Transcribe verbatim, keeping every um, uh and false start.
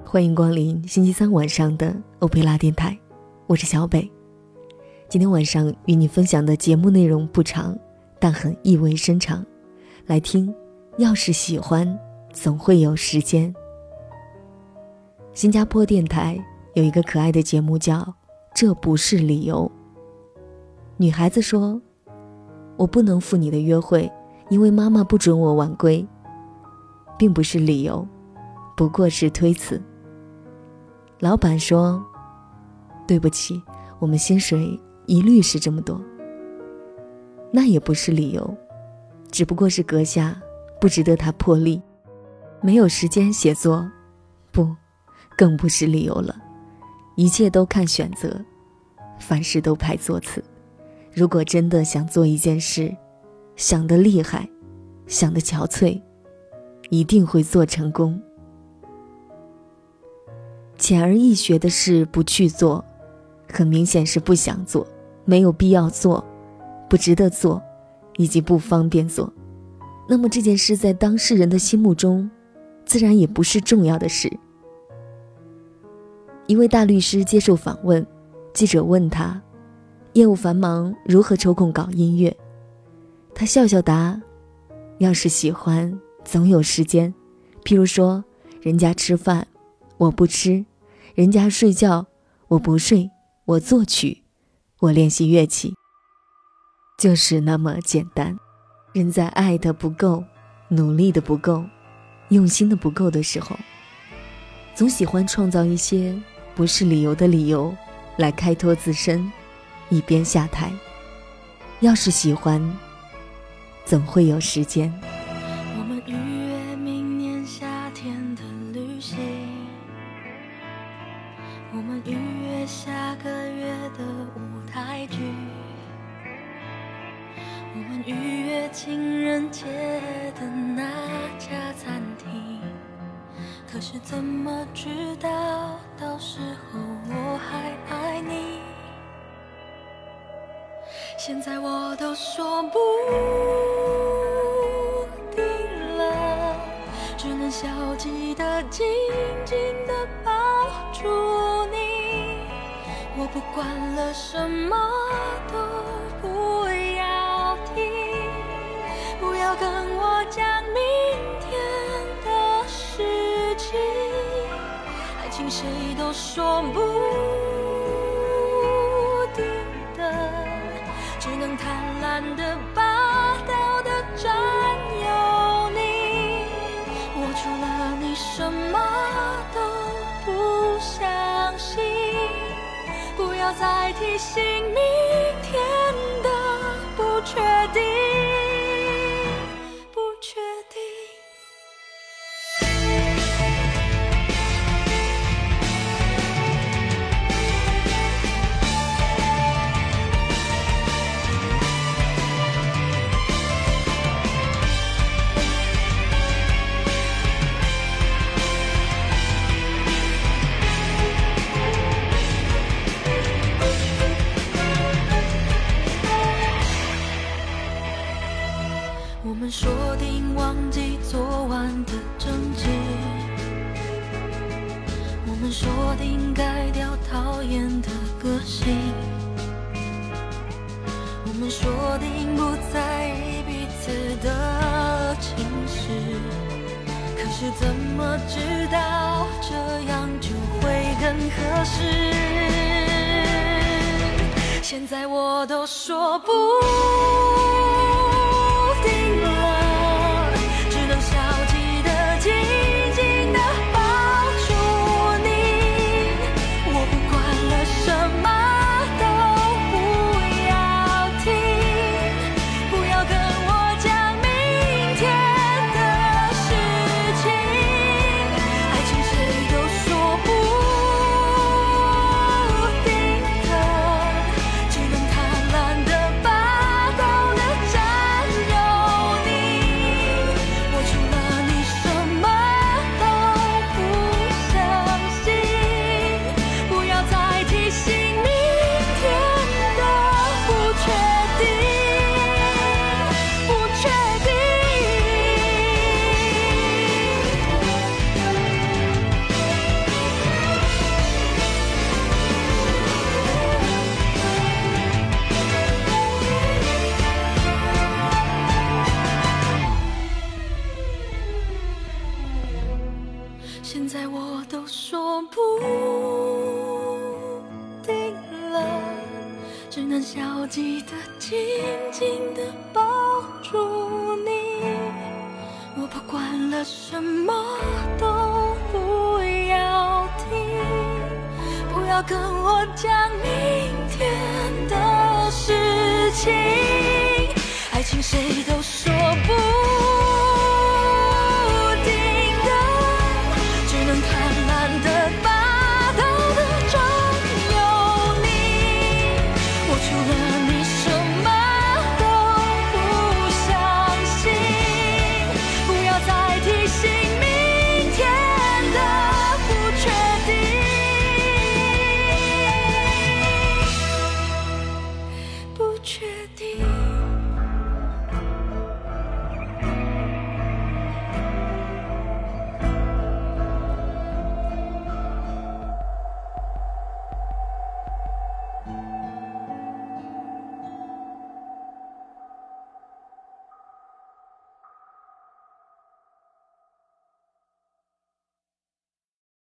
欢迎光临星期三晚上的欧佩拉电台，我是小北。今天晚上与你分享的节目内容不长，但很意味深长。来听，要是喜欢，总会有时间。新加坡电台有一个可爱的节目叫这不是理由。女孩子说，我不能赴你的约会，因为妈妈不准我晚归，并不是理由，不过是推辞。老板说，对不起，我们薪水一律是这么多，那也不是理由，只不过是阁下不值得他破例，没有时间写作，不，更不是理由了。一切都看选择，凡事都排座次。如果真的想做一件事，想得厉害，想得憔悴，一定会做成功。浅而易学的事不去做，很明显是不想做，没有必要做，不值得做，以及不方便做。那么这件事在当事人的心目中，自然也不是重要的事。一位大律师接受访问，记者问他，业务繁忙，如何抽空搞音乐？他笑笑答，要是喜欢，总有时间。譬如说，人家吃饭，我不吃；人家睡觉，我不睡。我作曲，我练习乐器，就是那么简单。人在爱的不够，努力的不够，用心的不够的时候，总喜欢创造一些不是理由的理由来开脱自身，以便下台。要是喜欢，总会有时间。 我们预约明年夏天的旅行，我们预约下个月的舞台剧，我们预约情人节的那家餐厅。可是怎么知道到时候我还爱你？现在我都说不定了，只能消极的紧紧的抱住你。我不管了，什么都不要听，不要跟我讲明天的事情。爱情谁都说不定的，只能贪婪的霸道的占有你。我除了你什么都不相信，不要再提醒明天的不确定，不确定。我们说定忘记昨晚的争执，我们说定改掉讨厌的个性，我们说定不在意彼此的情绪。可是怎么知道这样就会更合适？现在我都说不定了，只能消极的紧紧的抱住你。我不管了，什么都不要听，不要跟我讲明天的事情。爱情谁都说不定的，只能贪婪的霸道的占现在我都说不定了，只能消极的紧紧的抱住你。我不管了，什么都不要听，不要跟我讲明天的事情。爱情谁都说不定的，只能贪婪的霸道的占有你。我除了你什么都不相信，不要再提醒明天的不确定，不确定。